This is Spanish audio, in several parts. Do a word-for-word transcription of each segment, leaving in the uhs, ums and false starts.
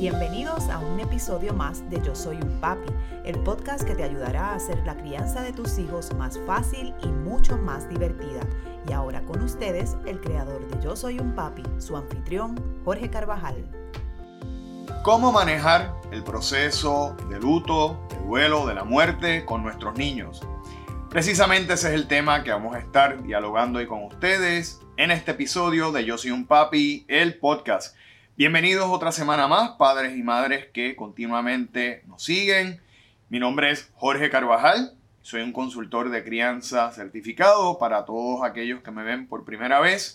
Bienvenidos a un episodio más de Yo Soy un Papi, el podcast que te ayudará a hacer la crianza de tus hijos más fácil y mucho más divertida. Y ahora con ustedes, el creador de Yo Soy un Papi, su anfitrión, Jorge Carvajal. ¿Cómo manejar el proceso de luto, de duelo, de la muerte con nuestros niños? Precisamente ese es el tema que vamos a estar dialogando hoy con ustedes en este episodio de Yo Soy un Papi, el podcast. Bienvenidos otra semana más, padres y madres que continuamente nos siguen. Mi nombre es Jorge Carvajal, soy un consultor de crianza certificado para todos aquellos que me ven por primera vez,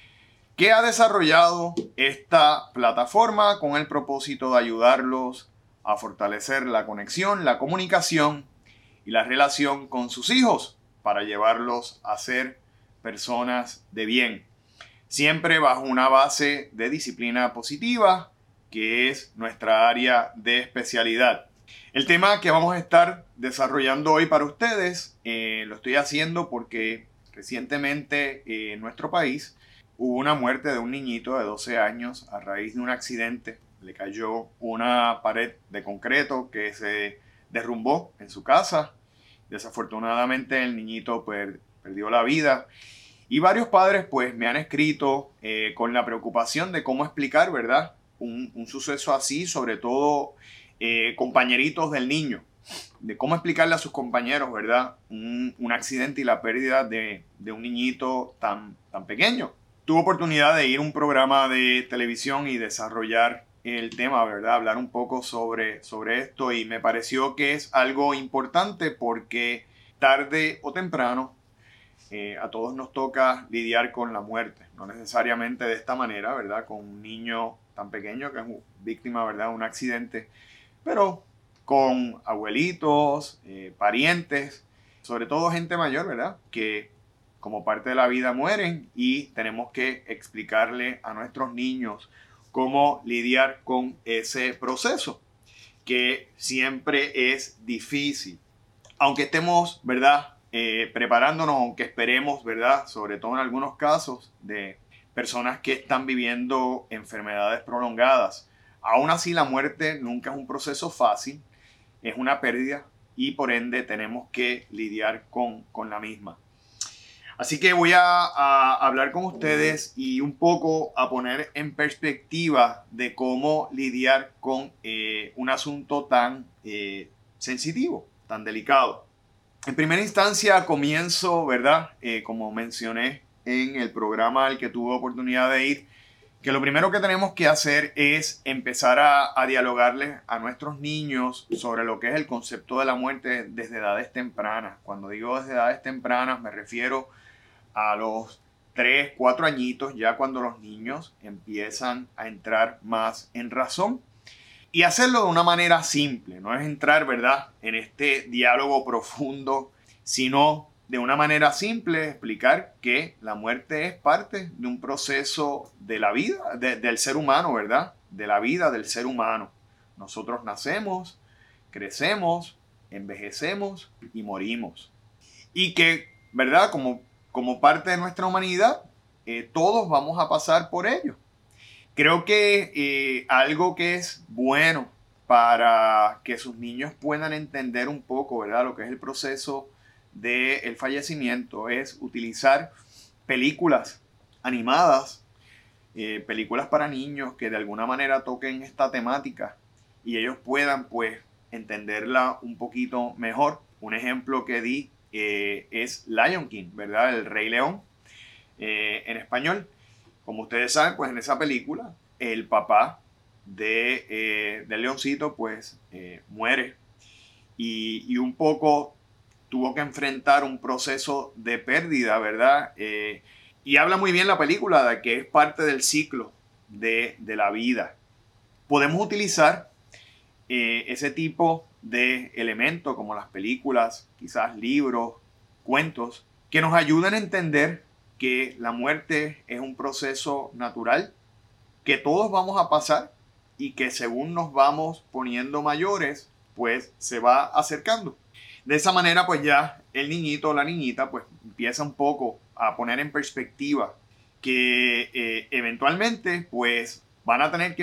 que ha desarrollado esta plataforma con el propósito de ayudarlos a fortalecer la conexión, la comunicación y la relación con sus hijos para llevarlos a ser personas de bien. Siempre bajo una base de disciplina positiva, que es nuestra área de especialidad. El tema que vamos a estar desarrollando hoy para ustedes, eh, lo estoy haciendo porque recientemente eh, en nuestro país hubo una muerte de un niñito de doce años a raíz de un accidente. Le cayó una pared de concreto que se derrumbó en su casa. Desafortunadamente el niñito per- perdió la vida. Y varios padres pues me han escrito eh, con la preocupación de cómo explicar, ¿verdad? Un, un suceso así, sobre todo eh, compañeritos del niño. De cómo explicarle a sus compañeros, ¿verdad? Un, un accidente y la pérdida de, de un niñito tan, tan pequeño. Tuve oportunidad de ir a un programa de televisión y desarrollar el tema, ¿verdad? Hablar un poco sobre, sobre esto y me pareció que es algo importante porque tarde o temprano Eh, a todos nos toca lidiar con la muerte, no necesariamente de esta manera, ¿verdad? Con un niño tan pequeño que es víctima, ¿verdad? De un accidente, pero con abuelitos, eh, parientes, sobre todo gente mayor, ¿verdad? Que como parte de la vida mueren y tenemos que explicarle a nuestros niños cómo lidiar con ese proceso, que siempre es difícil. Aunque estemos, ¿verdad? Eh, preparándonos, aunque esperemos, ¿verdad? Sobre todo en algunos casos de personas que están viviendo enfermedades prolongadas. Aún así, la muerte nunca es un proceso fácil, es una pérdida y por ende tenemos que lidiar con, con la misma. Así que voy a, a hablar con ustedes y un poco a poner en perspectiva de cómo lidiar con eh, un asunto tan eh, sensitivo, tan delicado. En primera instancia comienzo, ¿verdad? Eh, como mencioné en el programa al que tuve oportunidad de ir, que lo primero que tenemos que hacer es empezar a, a dialogarles a nuestros niños sobre lo que es el concepto de la muerte desde edades tempranas. Cuando digo desde edades tempranas me refiero a los tres, cuatro añitos, ya cuando los niños empiezan a entrar más en razón. Y hacerlo de una manera simple, no es entrar, ¿verdad?, en este diálogo profundo, sino de una manera simple explicar que la muerte es parte de un proceso de la vida, de, del ser humano, ¿verdad?, de la vida del ser humano. Nosotros nacemos, crecemos, envejecemos y morimos. Y que, ¿verdad?, como, como parte de nuestra humanidad, eh, todos vamos a pasar por ello. Creo que eh, algo que es bueno para que sus niños puedan entender un poco, ¿verdad?, lo que es el proceso del fallecimiento es utilizar películas animadas, eh, películas para niños que de alguna manera toquen esta temática y ellos puedan pues entenderla un poquito mejor. Un ejemplo que di eh, es Lion King, ¿verdad?, El Rey León eh, en español. Como ustedes saben, pues en esa película, el papá de, eh, del leoncito, pues eh, muere y, y un poco tuvo que enfrentar un proceso de pérdida, ¿verdad? Eh, y habla muy bien la película de que es parte del ciclo de, de la vida. Podemos utilizar eh, ese tipo de elementos como las películas, quizás libros, cuentos, que nos ayudan a entender que la muerte es un proceso natural, que todos vamos a pasar y que según nos vamos poniendo mayores, pues se va acercando. De esa manera, pues ya el niñito o la niñita pues empieza un poco a poner en perspectiva que eh, eventualmente pues van a tener que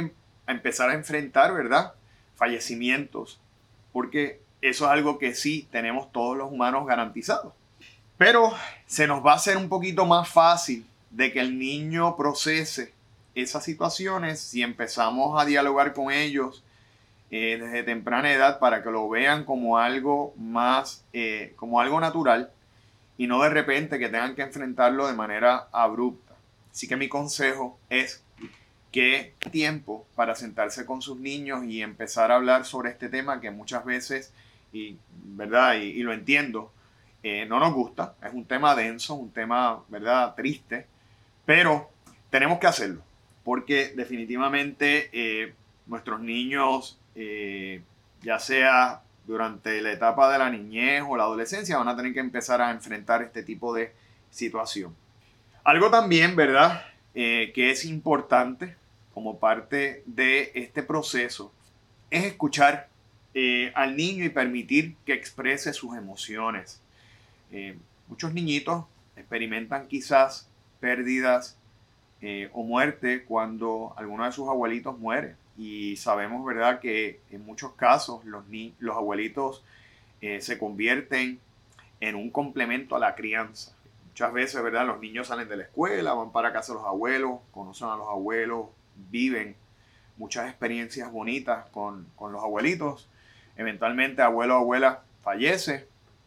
a empezar a enfrentar, ¿verdad?, fallecimientos, porque eso es algo que sí tenemos todos los humanos garantizado. Pero se nos va a hacer un poquito más fácil de que el niño procese esas situaciones si empezamos a dialogar con ellos eh, desde temprana edad para que lo vean como algo más, eh, como algo natural y no de repente que tengan que enfrentarlo de manera abrupta. Así que mi consejo es que tiempo para sentarse con sus niños y empezar a hablar sobre este tema que muchas veces, y, ¿verdad? Y, y lo entiendo, eh, no nos gusta. Es un tema denso, un tema, ¿verdad?, triste, pero tenemos que hacerlo porque definitivamente eh, nuestros niños, eh, ya sea durante la etapa de la niñez o la adolescencia, van a tener que empezar a enfrentar este tipo de situación. Algo también, ¿verdad?, eh, que es importante como parte de este proceso es escuchar eh, al niño y permitir que exprese sus emociones. Eh, muchos niñitos experimentan quizás pérdidas eh, o muerte cuando alguno de sus abuelitos muere. Y sabemos, ¿verdad?, que en muchos casos los, ni- los abuelitos eh, se convierten en un complemento a la crianza. Muchas veces, ¿verdad?, los niños salen de la escuela, van para casa de los abuelos, conocen a los abuelos, viven muchas experiencias bonitas con, con los abuelitos. Eventualmente, abuelo o abuela fallece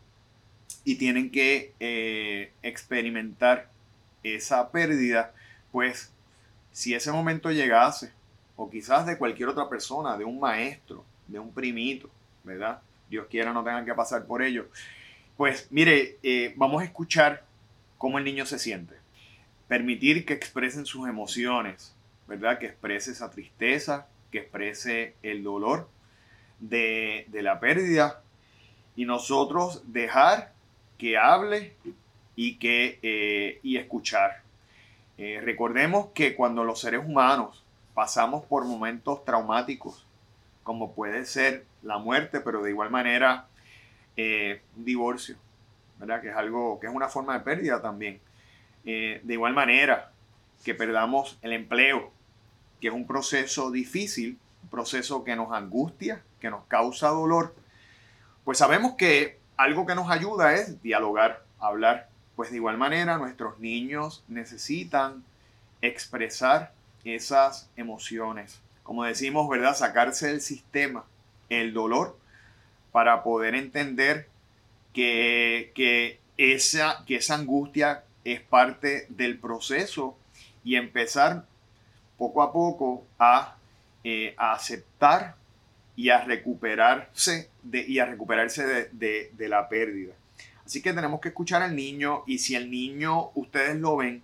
y tienen que eh, experimentar esa pérdida. Pues si ese momento llegase, o quizás de cualquier otra persona, de un maestro, de un primito, ¿verdad?, Dios quiera no tengan que pasar por ello. Pues mire, eh, vamos a escuchar cómo el niño se siente. Permitir que expresen sus emociones, ¿verdad?, que exprese esa tristeza, que exprese el dolor de, de la pérdida. Y nosotros dejar que hable y, que, eh, y escuchar. Eh, recordemos que cuando los seres humanos pasamos por momentos traumáticos, como puede ser la muerte, pero de igual manera eh, un divorcio, ¿verdad?, que es algo, que es una forma de pérdida también. Eh, de igual manera que perdamos el empleo, que es un proceso difícil, un proceso que nos angustia, que nos causa dolor, pues sabemos que algo que nos ayuda es dialogar, hablar. Pues de igual manera nuestros niños necesitan expresar esas emociones. Como decimos, ¿verdad?, sacarse del sistema el dolor para poder entender que, que, esa, que esa angustia es parte del proceso y empezar poco a poco a, eh, a aceptar y a recuperarse de, y a recuperarse de, de, de la pérdida. Así que tenemos que escuchar al niño, y si el niño, ustedes lo ven,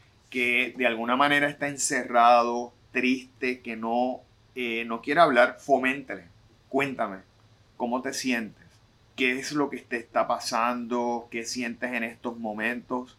que de alguna manera está encerrado, triste, que no, eh, no quiere hablar, foméntele. Cuéntame, ¿cómo te sientes? ¿Qué es lo que te está pasando? ¿Qué sientes en estos momentos?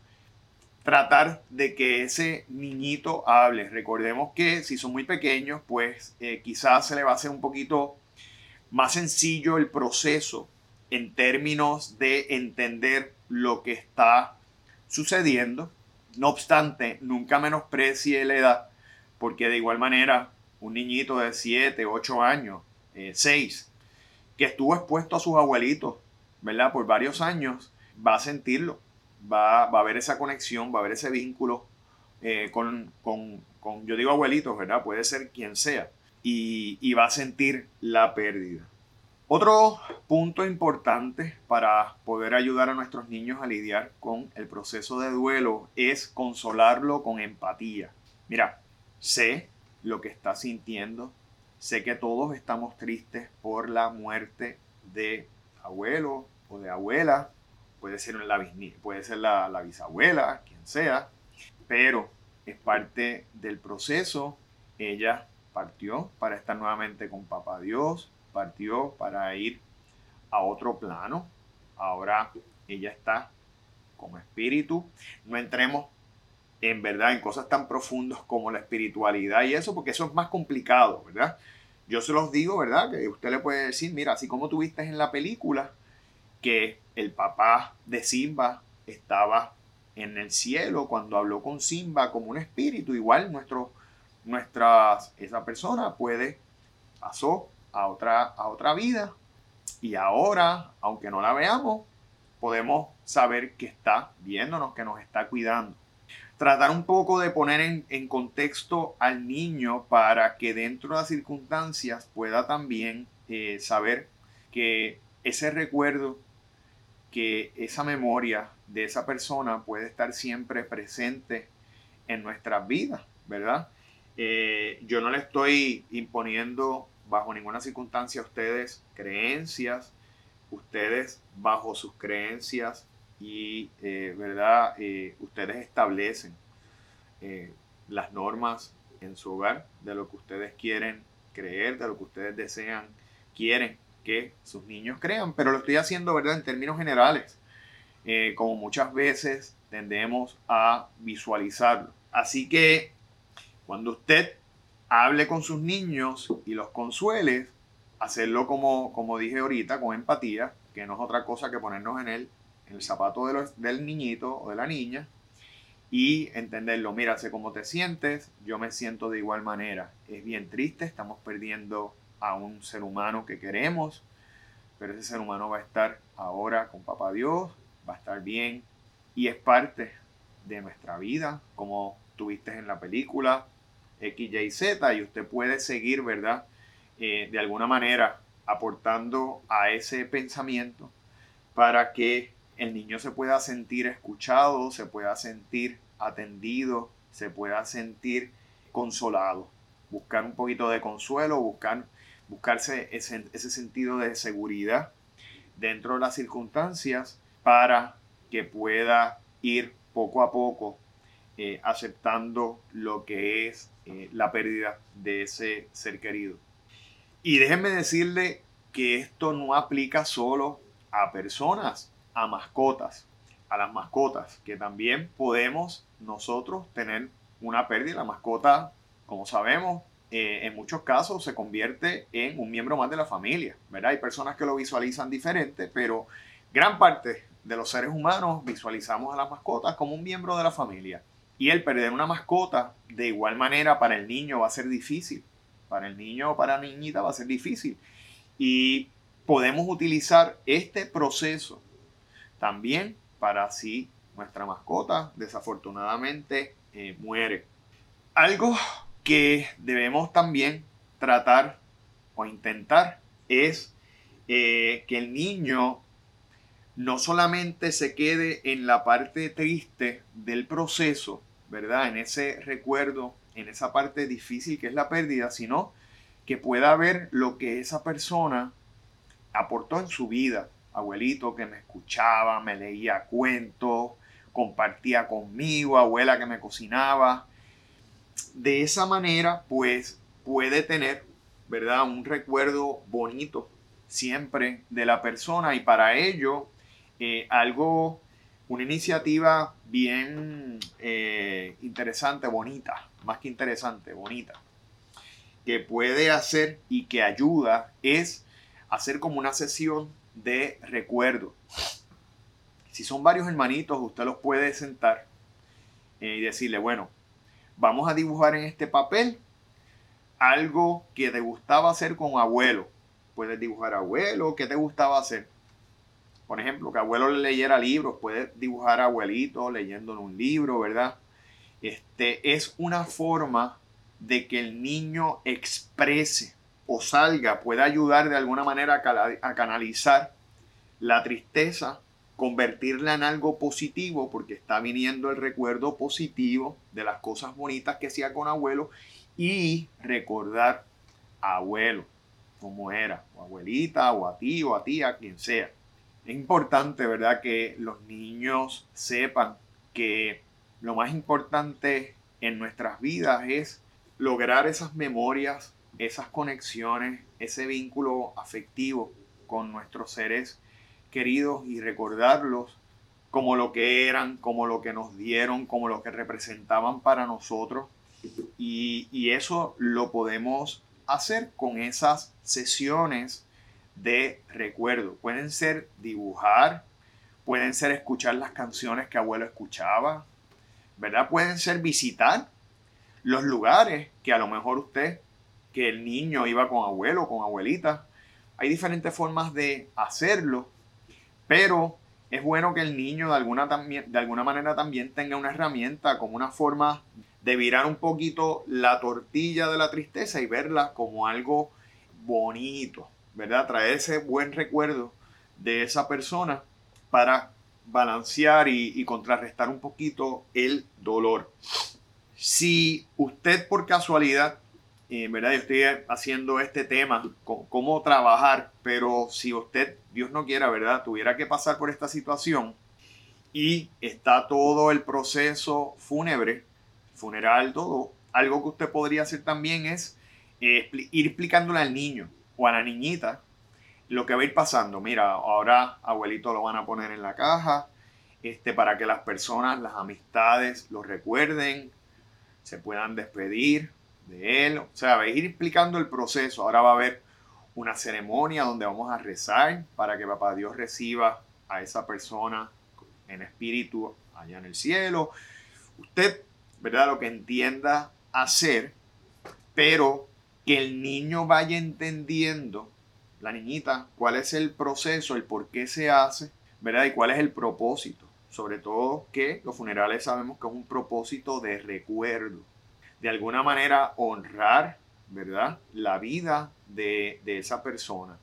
Tratar de que ese niñito hable. Recordemos que si son muy pequeños, pues eh, quizás se le va a hacer un poquito más sencillo el proceso en términos de entender lo que está sucediendo. No obstante, nunca menosprecie la edad, porque de igual manera un niñito de siete, ocho años, eh, seis, que estuvo expuesto a sus abuelitos, ¿verdad?, por varios años, va a sentirlo, va, va a haber esa conexión, va a haber ese vínculo eh, con, con, con, yo digo abuelitos, ¿verdad?, puede ser quien sea, y, y va a sentir la pérdida. Otro punto importante para poder ayudar a nuestros niños a lidiar con el proceso de duelo es consolarlo con empatía. Mira, sé lo que estás sintiendo, sé que todos estamos tristes por la muerte de abuelo o de abuela, puede ser la, puede ser la, la bisabuela, quien sea, pero es parte del proceso. Ella partió para estar nuevamente con Papá Dios, partió para ir a otro plano. Ahora ella está como espíritu. No entremos en verdad en cosas tan profundas como la espiritualidad y eso, porque eso es más complicado, ¿verdad? Yo se los digo, ¿verdad?, que usted le puede decir, mira, así como tú viste en la película que el papá de Simba estaba en el cielo cuando habló con Simba como un espíritu, igual nuestros nuestras, esa persona puede, pasó a otra, a otra vida y ahora, aunque no la veamos, podemos saber que está viéndonos, que nos está cuidando. Tratar un poco de poner en, en contexto al niño para que dentro de las circunstancias pueda también eh, saber que ese recuerdo, que esa memoria de esa persona puede estar siempre presente en nuestras vidas, ¿verdad? Eh, yo no le estoy imponiendo bajo ninguna circunstancia a ustedes creencias, ustedes bajo sus creencias y, eh, ¿verdad? Eh, ustedes establecen eh, las normas en su hogar de lo que ustedes quieren creer, de lo que ustedes desean, quieren que sus niños crean, pero lo estoy haciendo, ¿verdad?, en términos generales, eh, como muchas veces tendemos a visualizarlo. Así que cuando usted hable con sus niños y los consuele, hacerlo como, como dije ahorita, con empatía, que no es otra cosa que ponernos en el, en el zapato de los, del niñito o de la niña y entenderlo. Mira, sé cómo te sientes, yo me siento de igual manera. Es bien triste, estamos perdiendo a un ser humano que queremos, pero ese ser humano va a estar ahora con Papá Dios, va a estar bien y es parte de nuestra vida, como tuviste en la película X, Y, Z, y usted puede seguir, ¿verdad? Eh, de alguna manera aportando a ese pensamiento para que el niño se pueda sentir escuchado, se pueda sentir atendido, se pueda sentir consolado. Buscar un poquito de consuelo, buscar, buscarse ese, ese sentido de seguridad dentro de las circunstancias para que pueda ir poco a poco eh, aceptando lo que es eh, la pérdida de ese ser querido. Y déjenme decirle que esto no aplica solo a personas, a mascotas, a las mascotas, que también podemos nosotros tener una pérdida. La mascota, como sabemos, eh, en muchos casos se convierte en un miembro más de la familia, ¿verdad? Hay personas que lo visualizan diferente, pero gran parte de los seres humanos visualizamos a las mascotas como un miembro de la familia. Y el perder una mascota, de igual manera, para el niño va a ser difícil. Para el niño o para la niñita va a ser difícil. Y podemos utilizar este proceso también para si nuestra mascota desafortunadamente eh, muere. Algo que debemos también tratar o intentar es eh, que el niño no solamente se quede en la parte triste del proceso, ¿verdad? En ese recuerdo, en esa parte difícil que es la pérdida, sino que pueda ver lo que esa persona aportó en su vida. Abuelito que me escuchaba, me leía cuentos, compartía conmigo, abuela que me cocinaba. De esa manera, pues, puede tener, ¿verdad?, un recuerdo bonito siempre de la persona y para ello, eh, algo, una iniciativa bien eh, interesante, bonita, más que interesante, bonita, que puede hacer y que ayuda es hacer como una sesión de recuerdo. Si son varios hermanitos, usted los puede sentar eh, y decirle, bueno, vamos a dibujar en este papel algo que te gustaba hacer con abuelo. Puedes dibujar abuelo, ¿qué te gustaba hacer? Por ejemplo, que abuelo le leyera libros, puedes dibujar a abuelito leyéndole un libro, ¿verdad? Este, es una forma de que el niño exprese o salga, pueda ayudar de alguna manera a canalizar la tristeza, convertirla en algo positivo, porque está viniendo el recuerdo positivo de las cosas bonitas que hacía con abuelo y recordar a abuelo, como era, o abuelita, o a ti, o a tía, quien sea. Es importante, ¿verdad?, que los niños sepan que lo más importante en nuestras vidas es lograr esas memorias, esas conexiones, ese vínculo afectivo con nuestros seres queridos y recordarlos como lo que eran, como lo que nos dieron, como lo que representaban para nosotros. Y, y eso lo podemos hacer con esas sesiones de recuerdo. Pueden ser dibujar, pueden ser escuchar las canciones que abuelo escuchaba, ¿verdad? Pueden ser visitar los lugares que a lo mejor usted, que el niño iba con abuelo, con abuelita. Hay diferentes formas de hacerlo, pero es bueno que el niño de alguna, también, de alguna manera también tenga una herramienta, como una forma de virar un poquito la tortilla de la tristeza y verla como algo bonito, ¿verdad? Traer ese buen recuerdo de esa persona para balancear y, y contrarrestar un poquito el dolor. Si usted por casualidad, eh, ¿verdad? Yo estoy haciendo este tema, con, cómo trabajar, pero si usted, Dios no quiera, ¿verdad? Tuviera que pasar por esta situación y está todo el proceso fúnebre, funeral, todo, algo que usted podría hacer también es eh, ir explicándole al niño o a la niñita lo que va a ir pasando. Mira, ahora abuelito lo van a poner en la caja, este, para que las personas, las amistades lo recuerden, se puedan despedir de él. O sea, va a ir explicando el proceso. Ahora va a haber una ceremonia donde vamos a rezar para que Papá Dios reciba a esa persona en espíritu allá en el cielo. Usted, ¿verdad? Lo que entienda hacer, pero que el niño vaya entendiendo, la niñita, cuál es el proceso, el por qué se hace, ¿verdad? Y cuál es el propósito. Sobre todo que los funerales sabemos que es un propósito de recuerdo. De alguna manera honrar, ¿verdad? La vida de, de esa persona.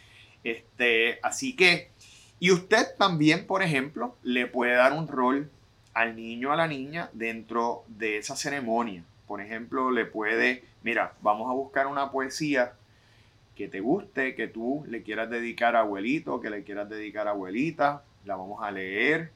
Este, así que, y usted también, por ejemplo, le puede dar un rol al niño o a la niña dentro de esa ceremonia. Por ejemplo, le puede, mira, vamos a buscar una poesía que te guste, que tú le quieras dedicar a abuelito, que le quieras dedicar a abuelita, la vamos a leer.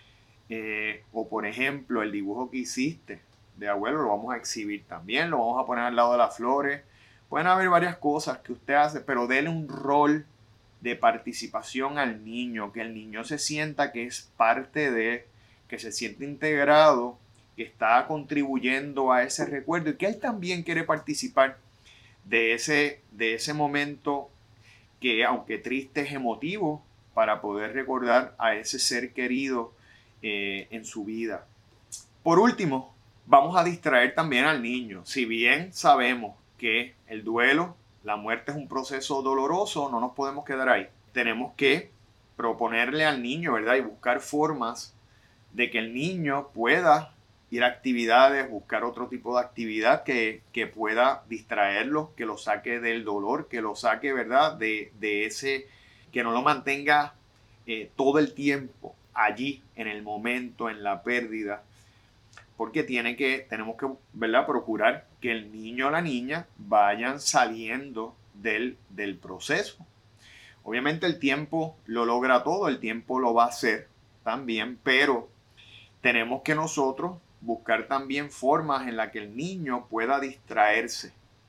Eh, o por ejemplo, el dibujo que hiciste de abuelo lo vamos a exhibir también, lo vamos a poner al lado de las flores. Pueden haber varias cosas que usted hace, pero déle un rol de participación al niño, que el niño se sienta que es parte de, que se siente integrado, que está contribuyendo a ese recuerdo y que él también quiere participar de ese, de ese momento que, aunque triste, es emotivo para poder recordar a ese ser querido eh, en su vida. Por último, vamos a distraer también al niño. Si bien sabemos que el duelo, la muerte es un proceso doloroso, no nos podemos quedar ahí. Tenemos que proponerle al niño, ¿verdad? Y buscar formas de que el niño pueda ir a actividades, buscar otro tipo de actividad que, que pueda distraerlo, que lo saque del dolor, que lo saque, ¿verdad? De, de ese, que no lo mantenga eh, todo el tiempo allí, en el momento, en la pérdida. Porque tiene que, tenemos que, ¿verdad? Procurar que el niño o la niña vayan saliendo del, del proceso. Obviamente el tiempo lo logra todo, el tiempo lo va a hacer también, pero tenemos que nosotros buscar también formas en las que el niño pueda distraerse.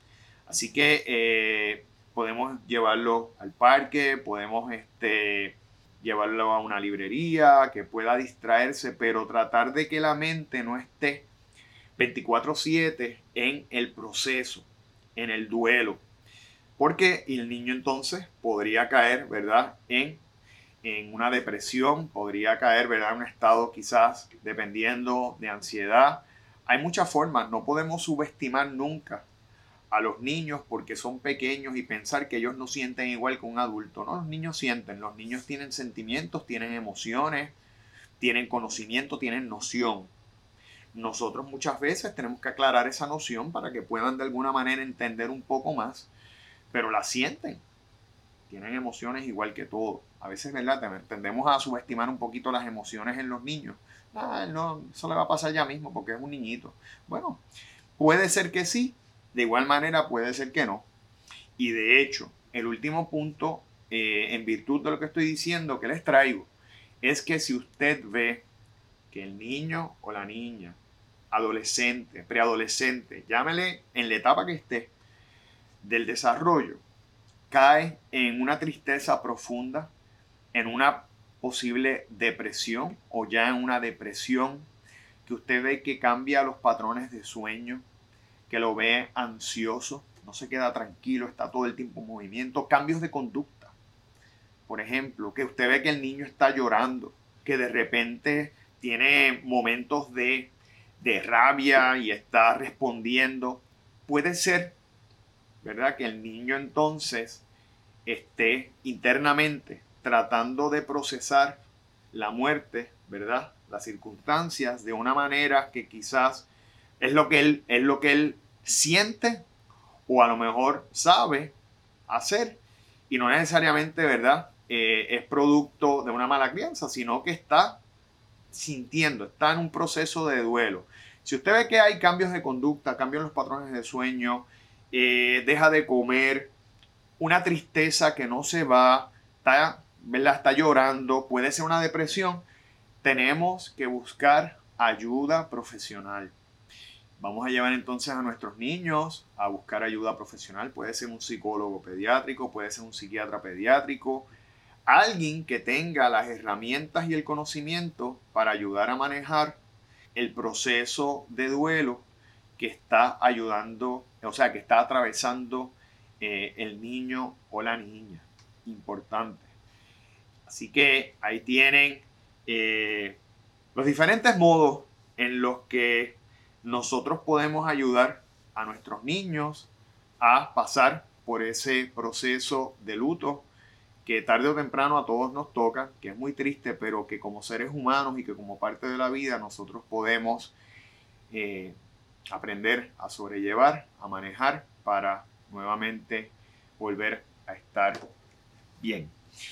Así que eh, podemos llevarlo al parque, podemos este, llevarlo a una librería, que pueda distraerse, pero tratar de que la mente no esté veinticuatro siete en el proceso, en el duelo. Porque el niño entonces podría caer, ¿verdad?, en en una depresión, podría caer, ¿verdad?, en un estado quizás dependiendo de ansiedad. Hay muchas formas, no podemos subestimar nunca a los niños porque son pequeños y pensar que ellos no sienten igual que un adulto. No, los niños sienten, los niños tienen sentimientos, tienen emociones, tienen conocimiento, tienen noción. Nosotros muchas veces tenemos que aclarar esa noción para que puedan de alguna manera entender un poco más, pero la sienten. Tienen emociones igual que todos. A veces, ¿verdad?, tendemos a subestimar un poquito las emociones en los niños. Ah, no, eso le va a pasar ya mismo porque es un niñito. Bueno, puede ser que sí, de igual manera puede ser que no. Y de hecho, el último punto, eh, en virtud de lo que estoy diciendo, que les traigo, es que si usted ve que el niño o la niña, adolescente, preadolescente, llámele en la etapa que esté del desarrollo, cae en una tristeza profunda, en una posible depresión o ya en una depresión, que usted ve que cambia los patrones de sueño, que lo ve ansioso, no se queda tranquilo, está todo el tiempo en movimiento, cambios de conducta. Por ejemplo, que usted ve que el niño está llorando, que de repente tiene momentos de, de rabia y está respondiendo, puede ser, ¿verdad?, que el niño entonces esté internamente tratando de procesar la muerte, ¿verdad?, las circunstancias de una manera que quizás es lo que él, es lo que él siente o a lo mejor sabe hacer y no necesariamente, ¿verdad?, eh, es producto de una mala crianza, sino que está sintiendo, está en un proceso de duelo. Si usted ve que hay cambios de conducta, cambios en los patrones de sueño, eh, deja de comer, una tristeza que no se va, está, ¿verdad?, está llorando, puede ser una depresión, tenemos que buscar ayuda profesional. Vamos a llevar entonces a nuestros niños a buscar ayuda profesional. Puede ser un psicólogo pediátrico, puede ser un psiquiatra pediátrico, alguien que tenga las herramientas y el conocimiento para ayudar a manejar el proceso de duelo que está ayudando, o sea, que está atravesando eh, el niño o la niña. Importante. Así que ahí tienen eh, los diferentes modos en los que nosotros podemos ayudar a nuestros niños a pasar por ese proceso de luto que tarde o temprano a todos nos toca, que es muy triste, pero que como seres humanos y que como parte de la vida nosotros podemos eh, aprender a sobrellevar, a manejar para nuevamente volver a estar bien.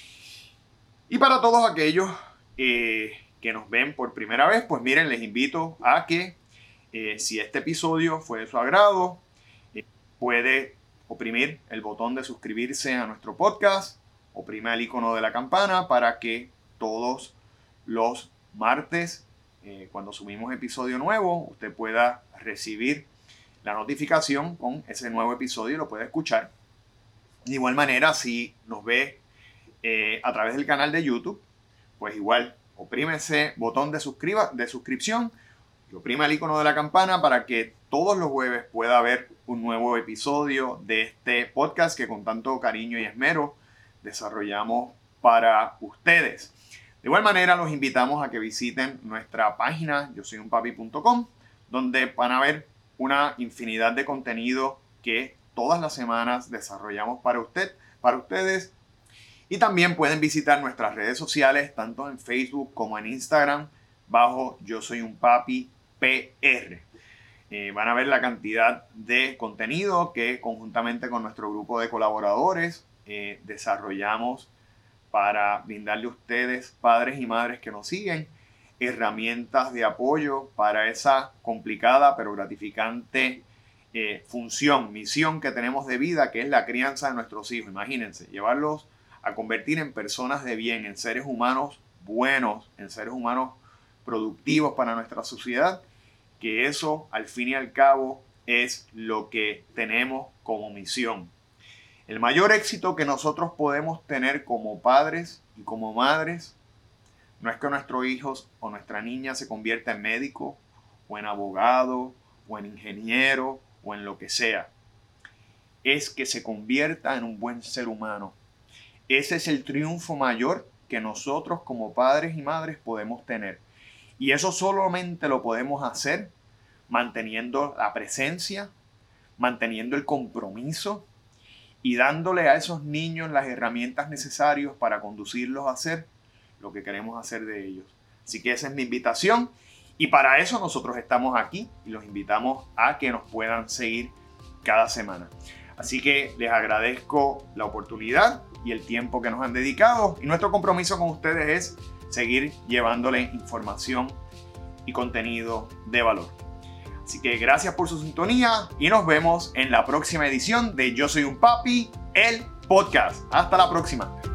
Y para todos aquellos eh, que nos ven por primera vez, pues miren, les invito a que eh, si este episodio fue de su agrado, eh, puede oprimir el botón de suscribirse a nuestro podcast, oprime el icono de la campana para que todos los martes, eh, cuando subimos episodio nuevo, usted pueda recibir la notificación con ese nuevo episodio y lo puede escuchar. De igual manera, si nos ve eh, a través del canal de YouTube, pues igual oprime ese botón de, suscriba, de suscripción y oprime el icono de la campana para que todos los jueves pueda haber un nuevo episodio de este podcast que con tanto cariño y esmero desarrollamos para ustedes. De igual manera, los invitamos a que visiten nuestra página yo soy un papi punto com, donde van a ver una infinidad de contenido que todas las semanas desarrollamos para usted, para ustedes. Y también pueden visitar nuestras redes sociales, tanto en Facebook como en Instagram, bajo Yo Soy Un Papi P R. Eh, van a ver la cantidad de contenido que conjuntamente con nuestro grupo de colaboradores eh, desarrollamos para brindarle a ustedes, padres y madres que nos siguen, herramientas de apoyo para esa complicada pero gratificante eh, función, misión que tenemos de vida, que es la crianza de nuestros hijos. Imagínense, llevarlos a convertir en personas de bien, en seres humanos buenos, en seres humanos productivos para nuestra sociedad, que eso al fin y al cabo es lo que tenemos como misión. El mayor éxito que nosotros podemos tener como padres y como madres no es que nuestros hijos o nuestra niña se convierta en médico o en abogado o en ingeniero o en lo que sea. Es que se convierta en un buen ser humano. Ese es el triunfo mayor que nosotros como padres y madres podemos tener. Y eso solamente lo podemos hacer manteniendo la presencia, manteniendo el compromiso y dándole a esos niños las herramientas necesarias para conducirlos a hacer lo que queremos hacer de ellos. Así que esa es mi invitación y para eso nosotros estamos aquí y los invitamos a que nos puedan seguir cada semana. Así que les agradezco la oportunidad y el tiempo que nos han dedicado y nuestro compromiso con ustedes es seguir llevándole información y contenido de valor. Así que gracias por su sintonía y nos vemos en la próxima edición de Yo Soy Un Papi, el podcast. Hasta la próxima.